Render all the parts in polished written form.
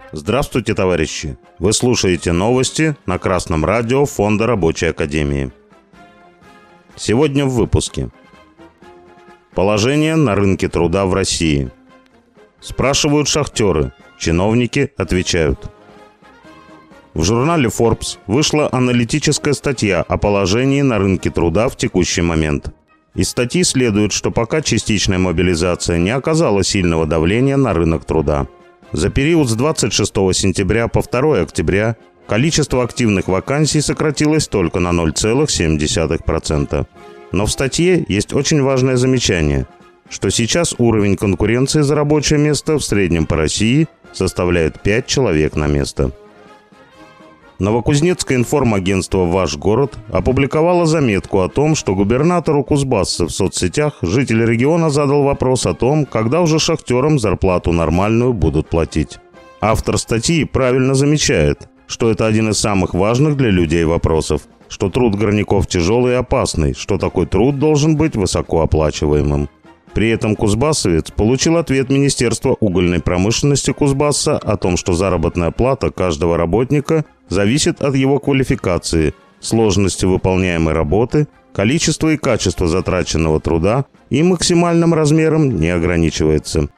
Здравствуйте, товарищи! Вы слушаете новости на Красном радио Фонда Рабочей Академии. Сегодня в выпуске. Положение на рынке труда в России. Спрашивают шахтеры, чиновники отвечают. В журнале Forbes вышла аналитическая статья о положении на рынке труда в текущий момент. Из статьи следует, что пока частичная мобилизация не оказала сильного давления на рынок труда. За период с 26 сентября по 2 октября количество активных вакансий сократилось только на 0,7%. Но в статье есть очень важное замечание, что сейчас уровень конкуренции за рабочее место в среднем по России составляет 5 человек на место. Новокузнецкое информагентство «Ваш город» опубликовало заметку о том, что губернатору Кузбасса в соцсетях житель региона задал вопрос о том, когда уже шахтерам зарплату нормальную будут платить. Автор статьи правильно замечает, что это один из самых важных для людей вопросов, что труд горняков тяжелый и опасный, что такой труд должен быть высокооплачиваемым. При этом кузбассовец получил ответ Министерства угольной промышленности Кузбасса о том, что заработная плата каждого работника зависит от его квалификации, сложности выполняемой работы, количества и качества затраченного труда и максимальным размером не ограничивается.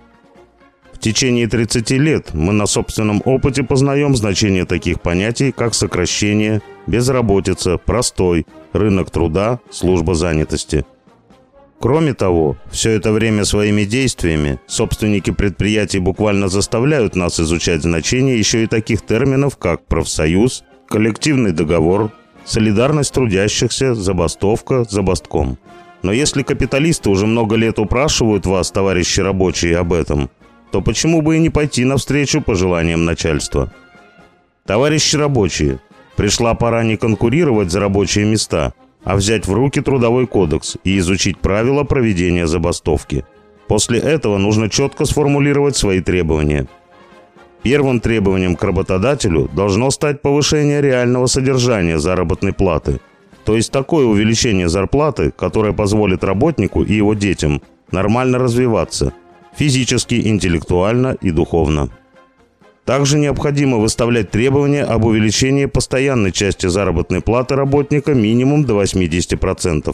В течение 30 лет мы на собственном опыте познаем значение таких понятий, как сокращение, безработица, простой, рынок труда, служба занятости. Кроме того, все это время своими действиями собственники предприятий буквально заставляют нас изучать значение еще и таких терминов, как профсоюз, коллективный договор, солидарность трудящихся, забастовка, забастком. Но если капиталисты уже много лет упрашивают вас, товарищи рабочие, об этом, то почему бы и не пойти навстречу пожеланиям начальства? Товарищи рабочие, пришла пора не конкурировать за рабочие места, а взять в руки Трудовой кодекс и изучить правила проведения забастовки. После этого нужно четко сформулировать свои требования. Первым требованием к работодателю должно стать повышение реального содержания заработной платы, то есть такое увеличение зарплаты, которое позволит работнику и его детям нормально развиваться физически, интеллектуально и духовно. Также необходимо выставлять требования об увеличении постоянной части заработной платы работника минимум до 80%,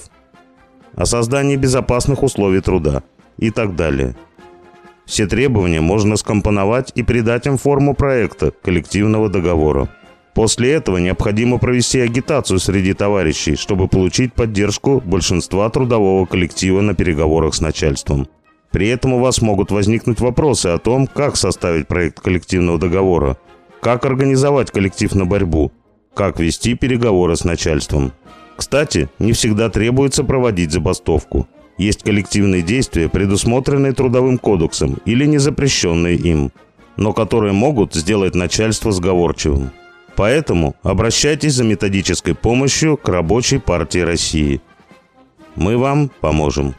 о создании безопасных условий труда и так далее. Все требования можно скомпоновать и придать им форму проекта коллективного договора. После этого необходимо провести агитацию среди товарищей, чтобы получить поддержку большинства трудового коллектива на переговорах с начальством. При этом у вас могут возникнуть вопросы о том, как составить проект коллективного договора, как организовать коллектив на борьбу, как вести переговоры с начальством. Кстати, не всегда требуется проводить забастовку. Есть коллективные действия, предусмотренные Трудовым кодексом или не запрещенные им, но которые могут сделать начальство сговорчивым. Поэтому обращайтесь за методической помощью к Рабочей партии России. Мы вам поможем.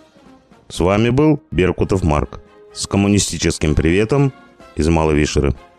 С вами был Беркутов Марк с коммунистическим приветом из Малой Вишеры.